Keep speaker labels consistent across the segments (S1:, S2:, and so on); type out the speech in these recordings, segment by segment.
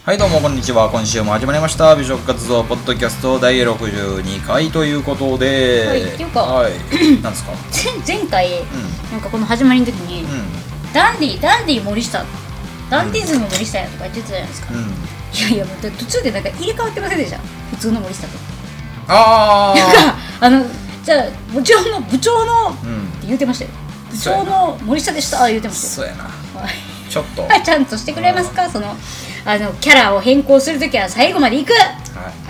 S1: はいどうもこんにちは。今週も始まりました美食活動ポッドキャスト第62回ということで、
S2: はい、っていうか、
S1: はい、なんですか
S2: 前回、なんかこの始まりの時に、ダンディ森下、ダンディズム森下やとか言ってたじゃないですか、いやもう途中でなんか入れ替わってませんでした普通の森下とじゃあ部長の、って言ってましたよ。部長の森下でした言ってましたよ。
S1: そうやな、
S2: はい、
S1: ちょっと
S2: ちゃんとしてくれますか。そのキャラを変更するときは最後まで行く。はい、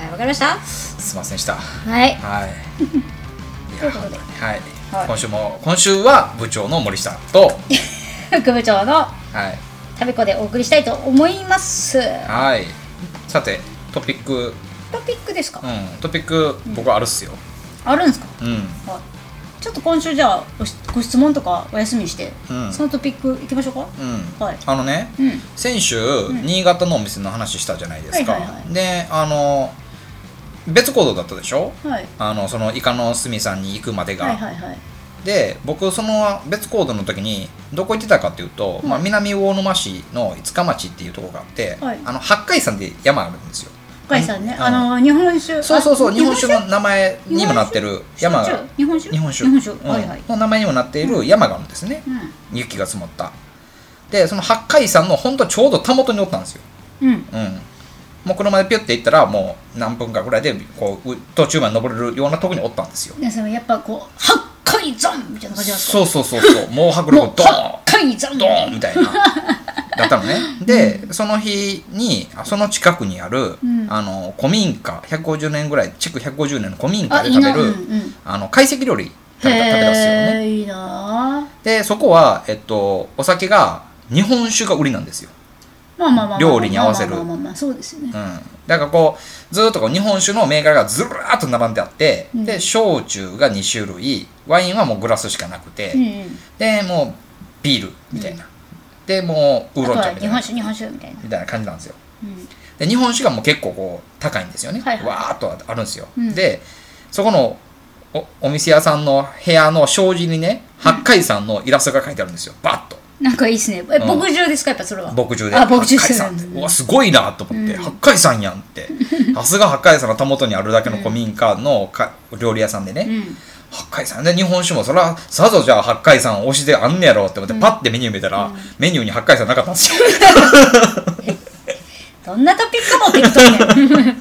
S2: わかりました。
S1: すいませんでした。
S2: はい
S1: ということで、今週は部長の森下と
S2: 副部長のタベコでお送りしたいと思います。
S1: はい。さてトピック
S2: ですか。
S1: トピック僕はあるっすよ。
S2: あるんですか。ちょっと今週じゃあご質問とかお休みして、そのトピックいきましょうか。
S1: 先週、新潟のお店の話したじゃないですか。で別行動だったでしょ。そのイカのすみさんに行くまでが。で僕その別行動の時にどこ行ってたかっていうと、南魚沼市の五日町っていうところがあって、八海山で山あるんですよ。
S2: 八海山ね、日本酒、
S1: そう日本酒の名前にもなってる山が、日本酒の名前にもなっている山があるんですね。雪が積もった。でその八海山の本当ちょうどたもとにおったんですよ。もう車でピュッて行ったらもう何分かぐらいでこう途中まで登れるようなとこにおったんですよ。
S2: やっぱこう八海山みたいな感じなんですか。
S1: そうもう迫力ドーン
S2: 八海山
S1: ドーンみたいなだったのね。でその日にその近くにある古民家150年ぐらい築150年の古民家で食べる懐石料理食べたんですよね。
S2: いいな。
S1: でそこはお酒が日本酒が売りなんですよ。料理に合わせる。
S2: そうですよね。
S1: だからこうずっとこう日本酒の銘柄がずらーっと並んであって、で焼酎が2種類、ワインはもうグラスしかなくて、でもうビールみたいな、でもうウーロン茶みたいな、
S2: 日本酒みたいな
S1: 感じなんですよ。で日本酒がもう結構こう高いんですよね。わーっとあるんですよ。でそこのお店屋さんの部屋の障子にね、八海山のイラストが書いてあるんですよ。バッと。
S2: なんかいいっすね。牧場ですか、やっぱそれは。
S1: 牧場で。
S2: 牧場ですね。
S1: うわすごいなと思って、八海山やんって。さすが八海山のたもとにあるだけの古民家の料理屋さんでね。八海山で日本酒もそらさぞじゃあ八海山推しであんねやろって思ってパッてメニュー見たら、メニューに八海山なかったんですよ。
S2: どんなトピック持ってきとんねん。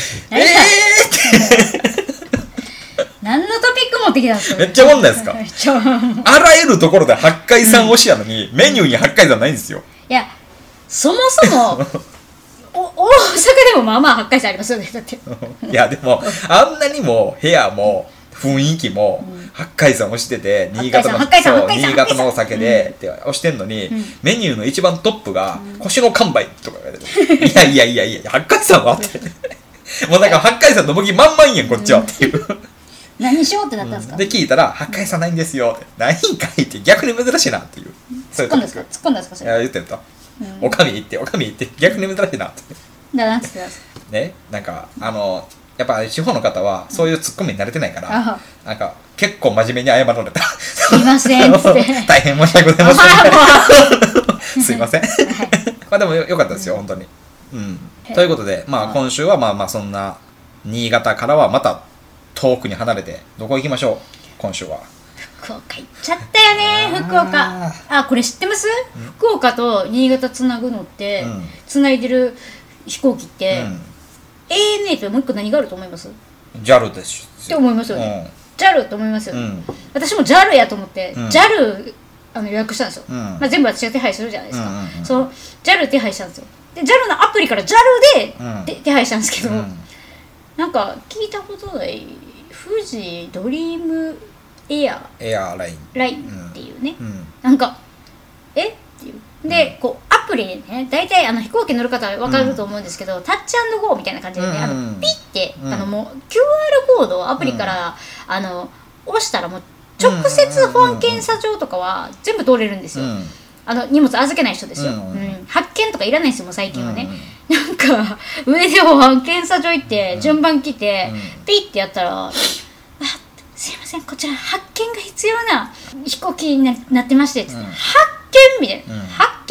S2: 何のトピック持ってきたんですか。
S1: めっちゃ問題ですか。あらゆるところで八海山推しやのに、メニューに八海山ないんですよ。
S2: いやそもそも大阪でもまあまあ八海山ありますよね。だって
S1: いやでもあんなにも部屋も雰囲気も八海山推してて、新潟のお酒でって推してんのに、メニューの一番トップが腰の完売とか言われて、いや八海山はってもうなんか八海山の麦まんまんやんこっちはっていう
S2: 何しようってなったんですか。
S1: で聞いたら八海山ないんですよって、ないんかいって逆に珍しいなっていう。
S2: 突っ込んだんですかそれ。
S1: いや言ってた。おかみ行って逆に珍しいなって。
S2: なんつってたんですか。
S1: ね、なんかやっぱ地方の方はそういうツッコミに慣れてないから、なんか結構真面目に謝られた。
S2: すいませんっつって。
S1: 大変申し訳ございません。すいません。まあでもよかったですよ本当に。ということで今週はまあそんな新潟からはまた遠くに離れてどこ行きましょう。今週は
S2: 福岡行っちゃったよね。福岡これ知ってます。福岡と新潟つなぐのってつないでる飛行機って ANA ともう一個何があると思います。
S1: JAL です
S2: って思いますよね。 JAL と思いますよね。私も JAL やと思って JAL 予約したんですよ。全部私が手配するじゃないですか。そう JAL 手配したんですよ。で JAL のアプリから JAL で手配したんですけど、なんか聞いたことない富士ドリームエアラインっていうね、なんかっていうでこうアプリでね、大体飛行機乗る方は分かると思うんですけど、タッチ&ゴーみたいな感じでね、ピッてもう QR コードをアプリから押したらもう直接保安検査場とかは全部通れるんですよ。荷物預けない人ですよ。発見とかいらないですよもう最近はね。なんか上で保安検査場行って順番来てピッてやったら、すいませんこちら発見が必要な飛行機になってまして、発見みたいな、発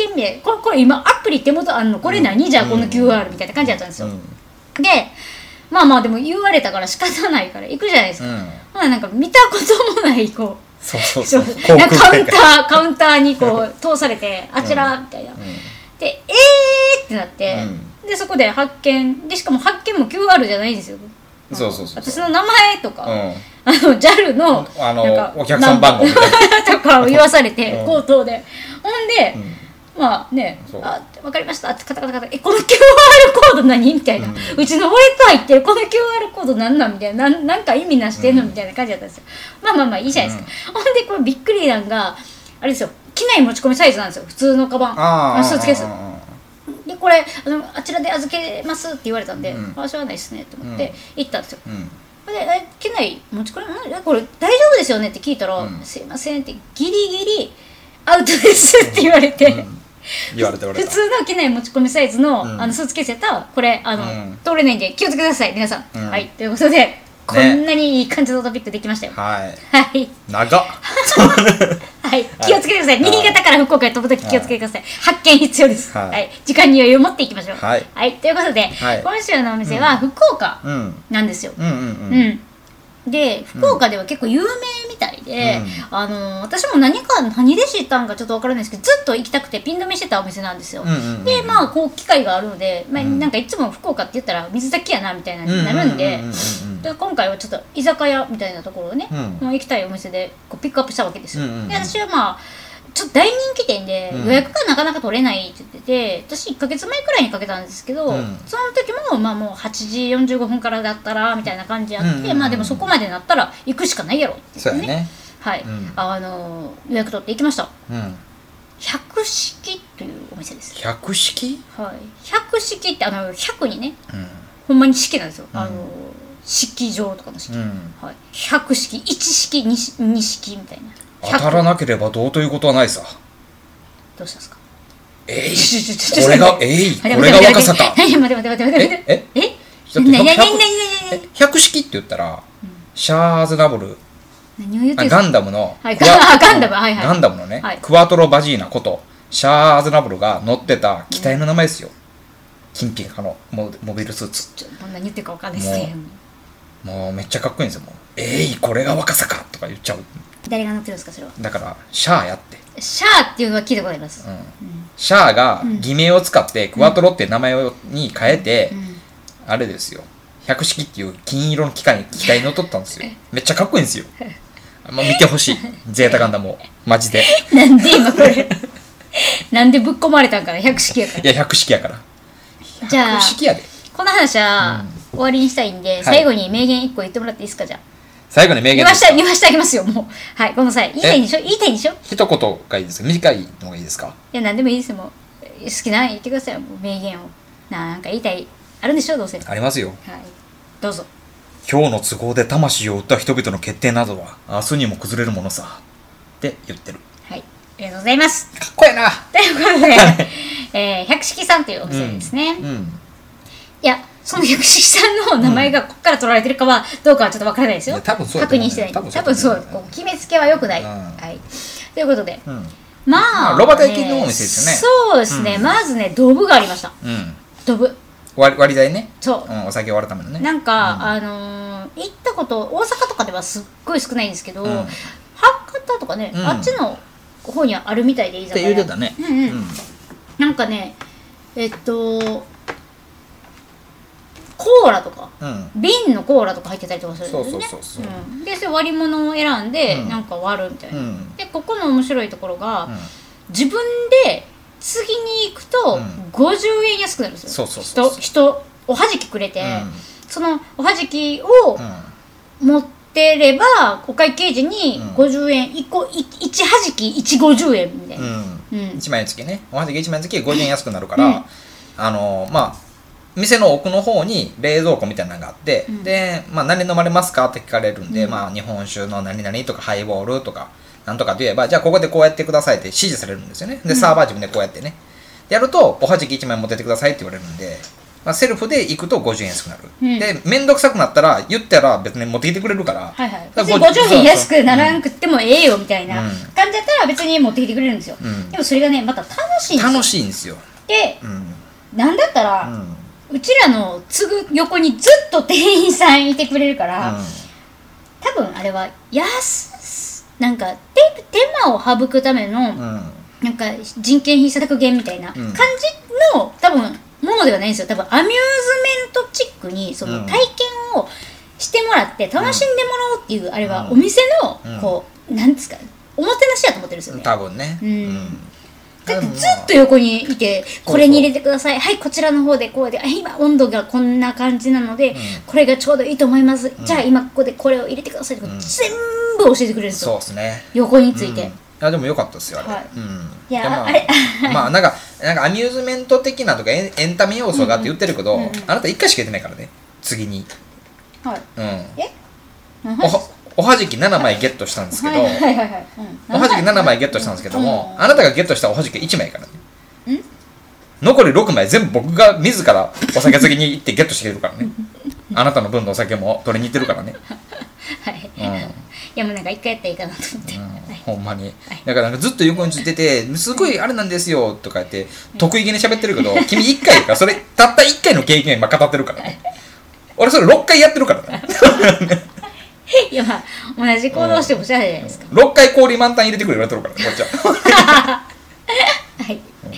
S2: 件名これ今アプリ手元あんのこれ何、じゃあこの QR みたいな感じだったんですよ、でまあでも言われたから仕方ないから行くじゃないですか、なんか見たこともないこう
S1: そう
S2: カウンターにこう通されてあちらみたいな、でってなって、でそこで発券でしかも発券も QR じゃないんですよ。
S1: そう
S2: 私の名前とか、JAL の
S1: お客さん番号みたいな
S2: とかを言わされて口頭で、ほんで、まあね、分かりましたってカタカタこの QR コード何みたいな、うちのウォレット入ってるこの QR コード何なんみたいな、なんか意味なしてんのみたいな感じだったんですよ。まあいいじゃないですか。ほんでこれびっくりなんがあれですよ、機内持ち込みサイズなんですよ、普通のカバンスーツケースで、これあちらで預けますって言われたんで、しょうがないっすねと思って行ったんですよ。で機内持ち込みこれ大丈夫ですよねって聞いたら、すいませんってギリギリアウトですって言われて、
S1: 言われた
S2: 普通の機内持ち込みサイズの、スーツケースやったらこれ通れないんで気をつけてください皆さん、はいということでこんなにいい感じのトピックできましたよ。はい
S1: 長っ
S2: はい気をつけてください。新潟から福岡へ飛ぶとき気をつけてください。発見必要です。はい時間に余裕を持っていきましょう。はいということで今週のお店は福岡なんですよ。で福岡では結構有名みたいで、私も何で知ったんかちょっと分からないですけど、ずっと行きたくてピン止めしてたお店なんですよ。でまあこう機会があるので、なんかいつも福岡って言ったら水炊きやなみたいになるんで、今回はちょっと居酒屋みたいなところをね、行きたいお店でこうピックアップしたわけですよ。で私はまあちょっと大人気店で予約がなかなか取れないって言ってて、私1ヶ月前くらいにかけたんですけど、その時もまあもう8時45分からだったらみたいな感じやって、まあでもそこまでなったら行くしかないやろって言ってね、はい、予約取って行きました。百式というお店です。
S1: 百式？
S2: はい。百式って100にね、ほんまに式なんですよ。式場とかの式。はい。百式、1式、2式みたいな。
S1: 当たらなければどうということはないさ。
S2: どうしたんですか？
S1: これが若さか。
S2: 待て。
S1: 百式って言ったらシャーズナブル、ガンダムのねクワトロバジーナことシャーズナブルが乗ってた機体の名前ですよ。金ピカのモビルスーツ。
S2: 何言ってるか分かんないですね。
S1: もうめっちゃかっこいいんですよ。もうこれが若さかとか言っちゃう。
S2: 誰が乗ってるんですかそれは。だ
S1: からシャアやって。
S2: シャアっていうのは聞いたことあります。
S1: シャアが偽名を使ってクワトロって名前に変えて、あれですよ。百式っていう金色の機体に乗っとったんですよ。めっちゃかっこいいんですよ。見てほしい。ゼータガンダムをマジで。
S2: なんで今これなんでぶっ込まれたんかな。百式やから。
S1: いや百式やから。
S2: じゃあ
S1: 百式やで。
S2: この話は終わりにしたいんで、最後に名言1個言ってもらっていいですか。じゃあ
S1: 最後に名言ですか。
S2: 言わしてあげますよもう。はいこの際言いたいんでしょ。
S1: 一言がいいですか。短いのがいいですか。
S2: いや何でもいいですよ。もう好きな言ってくださいよ。もう名言をなんか言いたいあるんでしょ。どうせ
S1: ありますよ。はい
S2: どうぞ。
S1: 今日の都合で魂を売った人々の決定などは明日にも崩れるものさって言ってる。
S2: はいありがとうございます。
S1: かっこいいな。
S2: ということで百式さんというお店ですね。いやその百式さんの名前がここから取られてるかはどうかはちょっとわからないですよ。確認してない。多分そう決めつけは良くない。はいということでまあ
S1: ロバ体験のお店ですよね。
S2: そうですね。まずねドブがありました。ドブ
S1: 割り剤ね。
S2: そう、
S1: お酒を割るためのね。
S2: なんか、行ったこと大阪とかではすっごい少ないんですけど、博多とかね、あっちの方にはあるみたいで。居酒屋って言うてたね。なんかねコーラとか、瓶のコーラとか入ってたりとかするんですよね。でそれ割り物を選んで、なんか割るみたいな。でここの面白いところが、自分で次に行くと50円安くなるんですよ。人おはじきくれて、そのおはじきを持ってればお会計時に50円1はじき150円みたいな。
S1: 1枚付きね。おはじき1枚付き50円安くなるから、まあ店の奥の方に冷蔵庫みたいなのがあって、で、まあ、何飲まれますかって聞かれるんで、まあ、日本酒の何々とかハイボールとかなんとかと言えば、じゃあここでこうやってくださいって指示されるんですよね。でサーバー自分でこうやってねやるとおはじき1枚持ってってくださいって言われるんで、 セルフで行くと50円安くなる、で面倒くさくなったら言ったら別に持ってきてくれるから、
S2: 別に50円安くならなくてもええよみたいな感じだったら別に持ってきてくれるんですよ、でもそれがねまた楽しいんですよ。
S1: 楽しいんですよ。
S2: で、なんだったら、うちらの継ぐ横にずっと店員さんいてくれるから、多分あれはなんか手間を省くための、なんか人件費削減みたいな感じの、多分ものではないんですよ。多分アミューズメントチックにその体験をしてもらって楽しんでもらおうっていう、あれはお店のこう、なんですか、おもてなしやと思ってるんですよね。
S1: 多分ね。
S2: だってずっと横にいて、これに入れてください、はいこちらの方でこうで、今温度がこんな感じなので、これがちょうどいいと思います、じゃあ今ここでこれを入れてくださいとか、全部教えてくれるんですよ。
S1: そうですね。
S2: 横について。
S1: でも良かったですよあれ。
S2: いやあれ
S1: まあなんかアミューズメント的なとかエンタメ要素がって言ってるけど、あなた1回しか言ってないからね。次におはじき7枚ゲットしたんですけど、おはじき7枚ゲットしたんですけども、あなたがゲットしたおはじき1枚からね。残り6枚全部僕が自らお酒継ぎに行ってゲットしてるからね。あなたの分のお酒も取りに行ってるからね。
S2: いやもうなんか一回やったらいいかなと思って、
S1: ほんまに。だからずっと横についてて、すごいあれなんですよとか言って得意げに喋ってるけど、君1回かそれたった1回の経験今語ってるからね。俺それ6回やってるからね。
S2: いやまあ同じ行動してもしゃあないじゃないですか。
S1: 6回氷満タン入れてくれ言われてるからねこっちは。
S2: はい。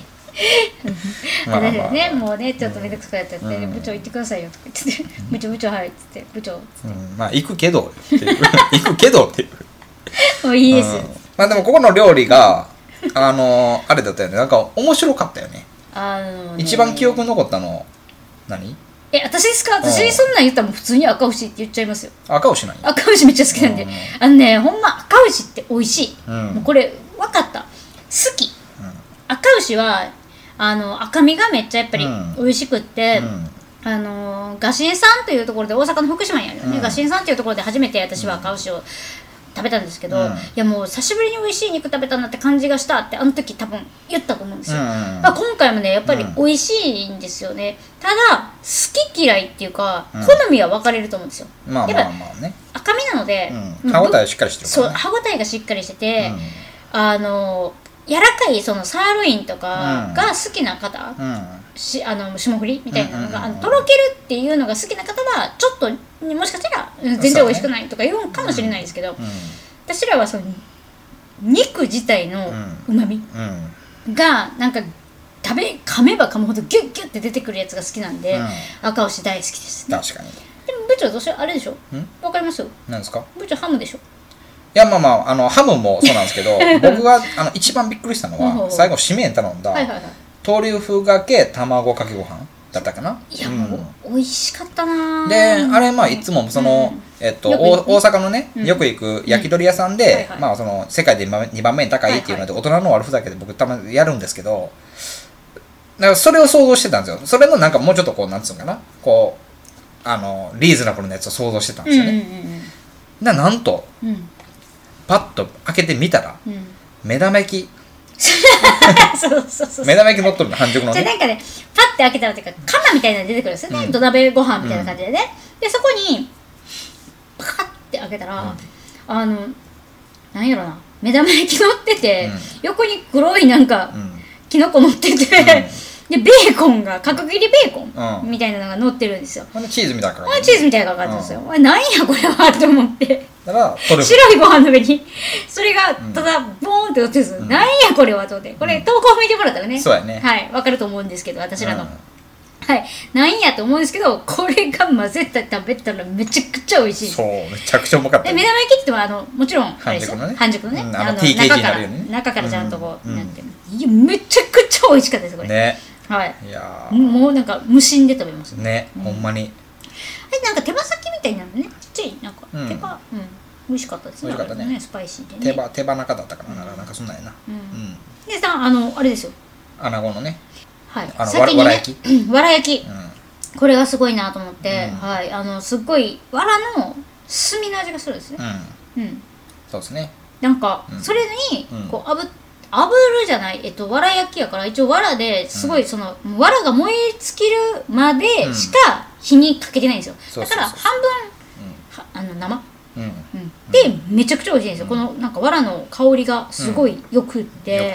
S2: 私はねもうねちょっとめんどくさくなっちゃって部長行ってくださいよとか言って部長はいっつって部長
S1: まあ行くけどっていう行くけどっていう
S2: もういいです。
S1: まあでもここの料理があれだったよね。なんか面白かったよね。一番記憶に残ったの何？
S2: 私ですか？私そんなん言ったらもう普通に赤牛って言っちゃいますよ。
S1: 赤牛なんや。
S2: 赤牛めっちゃ好きなんで、ほんま赤牛って美味しい、もうこれ分かった、好き、赤牛は赤身がめっちゃやっぱり美味しくって、ガシンさんというところで大阪の福島にあるよね、ガシンさんというところで初めて私は赤牛を食べたんですけど、いやもう久しぶりに美味しい肉食べたなって感じがしたってあの時多分言ったと思うんですよ、今回もねやっぱり美味しいんですよね、ただ好き嫌いっていうか、好みは分かれると思うんですよ。やっぱ赤身なので、
S1: 歯応えしっかりしてるから
S2: ね。そう、歯応えがしっかりしてて、柔らかいそのサーロインとかが好きな方、霜降りみたいなのがとろけるっていうのが好きな方はちょっともしかしたら全然美味しくないとか言うかもしれないですけど、私らはその肉自体のうまみがなんか噛めば噛むほどギュッギュッて出てくるやつが好きなんで、赤牛大好きですね。
S1: 確かに。
S2: でも部長どうせあれでしょ？わかりますよ。
S1: 何ですか？
S2: 部長ハムでしょ？
S1: いやまあハムもそうなんですけど僕が一番びっくりしたのは最後締めに頼んだトリュフがけ卵かけご飯だったかな。
S2: いやもう美味しかったな。
S1: であれいつもその大阪のねよく行く焼き鳥屋さんでその世界で2番目に高いっていうので大人の悪ふざけで僕たまにやるんですけど、だからそれを想像してたんですよ。それのなんかもうちょっとこうなんつうのかな、こうリーズナブルなやつを想像してたんですよね。なんとパッと開けてみたら、目玉焼き目玉焼き乗っとるの半熟のね。
S2: じゃなんかねパッて開けたらっていうか釜みたいなの出てくるんですよね、土鍋ご飯みたいな感じでね、でそこにパカッて開けたら、なんやろな、目玉焼き乗ってて、横に黒いなんか、きのこ乗ってて、でベーコンが角切りベーコンみたいなのが乗ってるんですよ。
S1: チーズみたいな感
S2: じ。チーズみたいな感じですよ。なんやこれはと思って。白いご飯の上にそれがただボーンって乗ってるんですよ。なんやこれはと思って。これ投稿見てもらったらね。
S1: そうやね。
S2: はい、わかると思うんですけど私らの。はい、なんやと思うんですけど、これが混ぜて食べたらめちゃくちゃ美味しい。
S1: そう、めちゃくちゃうまかった。
S2: で目玉焼きってはもちろんあれですよ。半熟のね。中からちゃんとこうなってめちゃくちゃ美味しかったですこれ。ね。はい。いやもうなんか無心で食べます
S1: ね。ほんまに。
S2: なんか手羽先みたいなのね。ちっちゃいなんか手羽美味しかったですね。
S1: 美味しかったね。
S2: スパイシーでね。
S1: 手羽中だったかな。なんかそんなんやな。
S2: でさあれですよ。
S1: 穴子のね。
S2: はい。
S1: わら焼き。
S2: わら焼き。これがすごいなと思って、はいすっごいわらの炭の味がするんですね。
S1: そうですね。
S2: なんかそれにこう炙っ炙るじゃない、わら焼きやから、一応わらですごいその、わらが燃え尽きるまでしか火にかけてないんですよ。だから半分、生、でめちゃくちゃ美味しいんですよ。このなんかわらの香りがすごいよくって、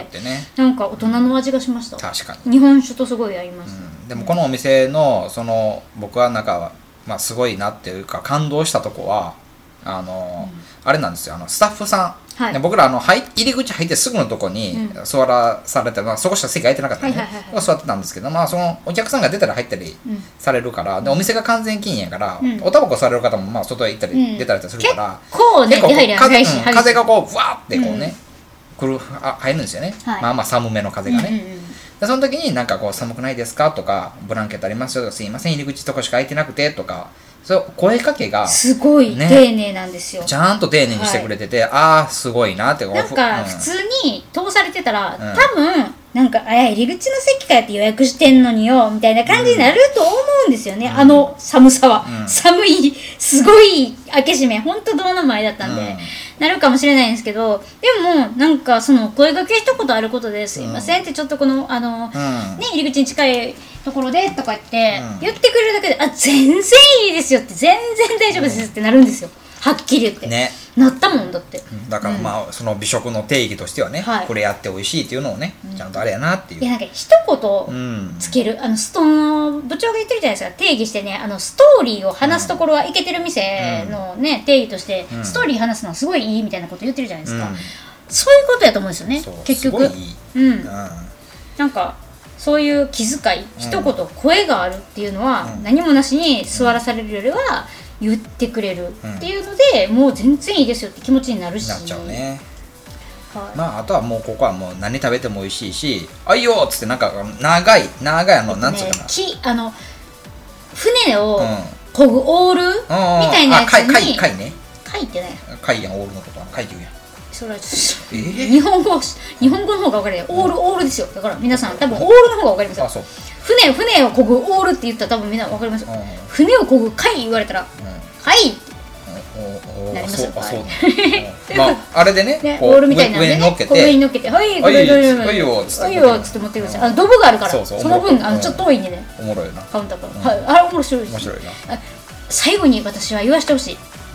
S2: なんか大人の味がしました。
S1: 確かに
S2: 日本酒とすごい合います。
S1: でもこのお店のその僕はなんか、すごいなっていうか感動したとこはあれなんですよ、スタッフさん、で僕ら入り口入ってすぐのとこに座らされて、そこしか席空いてなかったんで、座ってたんですけど、そのお客さんが出たら入ったりされるから、でお店が完全禁煙やから、おタバコされる方も外へ行ったり出たりするから、
S2: 結構ね
S1: 風がこうふわってこうね入るんですよね。寒めの風がね。でその時になんかこう寒くないですかとか、ブランケットありますよとか、すいません入り口とこしか空いてなくてとか、そう声かけが
S2: すごい丁寧なんですよ。
S1: ちゃんと丁寧にしてくれてて、ああすごいなって。
S2: なんか普通に通されてたら、多分なんか入り口の席かやって予約してんのによみたいな感じになると思うんですよね。あの寒さは、寒いすごい開け閉め本当ドアの前だったんで、なるかもしれないんですけど、でもなんかその声掛け一言あることで、すいませんってちょっとこの入り口に近いところでとか言って言ってくれるだけで、全然いいですよって、全然大丈夫ですってなるんですよ。はっきり言ってね、なったもんだって。
S1: だからその美食の定義としてはね、これやって美味しいっていうのをね、ちゃんとあれやなっていう。
S2: いやなんか一言つける、ストの部長が言ってるじゃないですか、定義してね、ストーリーを話すところはいけてる店のね、定義として、ストーリー話すのはすごいいいみたいなこと言ってるじゃないですか。そういうことやと思うんですよね、結局。なんかそういう気遣い、一言声があるっていうのは、何もなしに座らされるよりは言ってくれるっていうので、もう全然いいですよって気持ちになるし、
S1: なっちゃうね。あとはもうここはもう何食べても美味しいし、あいよっつって、なんか長いなんつうかな、
S2: 船を漕ぐオールみたいなやつに、
S1: 貝ね、
S2: 貝ってね、
S1: 貝やん、オールのことは貝って言うやん。
S2: それは日本語の方が分かるよ。オールですよ。だから皆さん多分オールの方が分かりますよ。船を漕ぐオールって言ったら多分みんな分かりますよ。船を漕ぐ貝言われたら、はいってなりますよ。
S1: あれでね、
S2: オールみたいなのでね、上に乗っけて、はいはいよっつって持ってください。ドブがあるから、その分ちょっと遠いんでね、
S1: おもろいな、
S2: カウンターから。あれ面白いな。最後に私は言わしてほしい。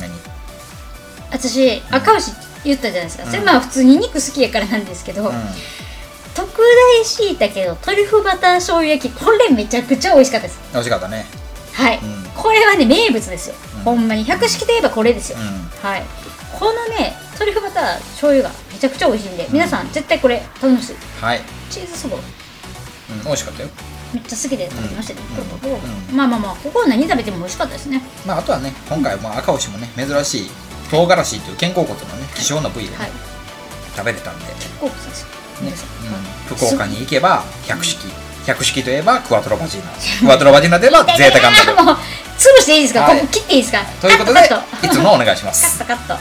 S2: 私赤牛言ったじゃないですか。それ普通に肉好きやからなんですけど、特大しいたけどトリュフバター醤油焼き、これめちゃくちゃ美味しかったです。
S1: 美味しかったね。
S2: はい、これはね名物ですよ。ほんまに百式といえばこれですよ。はい、このねトリュフバター醤油がめちゃくちゃ美味しいんで、皆さん絶対これ頼むし。
S1: はい、
S2: チーズそぼろ
S1: 美味しかったよ。
S2: めっちゃ好きで食べてましたね。ここは何食べても美味しかったですね。
S1: あとはね、今回は赤牛もね、珍しい唐辛子という肩甲骨のね希少な部位を食べれたんで、
S2: 肩甲骨ですよ。
S1: 福岡に行けば百式といえばクワトロバジーナではゼータガンダル。
S2: もう潰していいですか、ここ切っていいですか。
S1: ということでいつもお願いします。
S2: カットはい、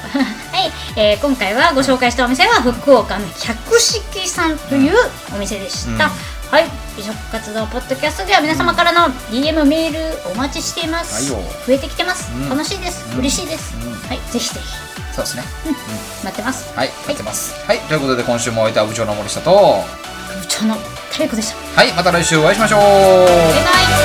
S2: 今回はご紹介したお店は福岡の百式さんというお店でした。はい、美食活動ポッドキャストでは皆様からの DM メールお待ちしています。増えてきてます。楽しいです。嬉しいです。はい、ぜひぜひ。
S1: そうですね。
S2: 待ってます。
S1: はい、待ってます。はい、ということで今週もお相手は部長の森下と
S2: 部長のタレコでした。
S1: はい、また来週お会いしましょう。
S2: バイバイ。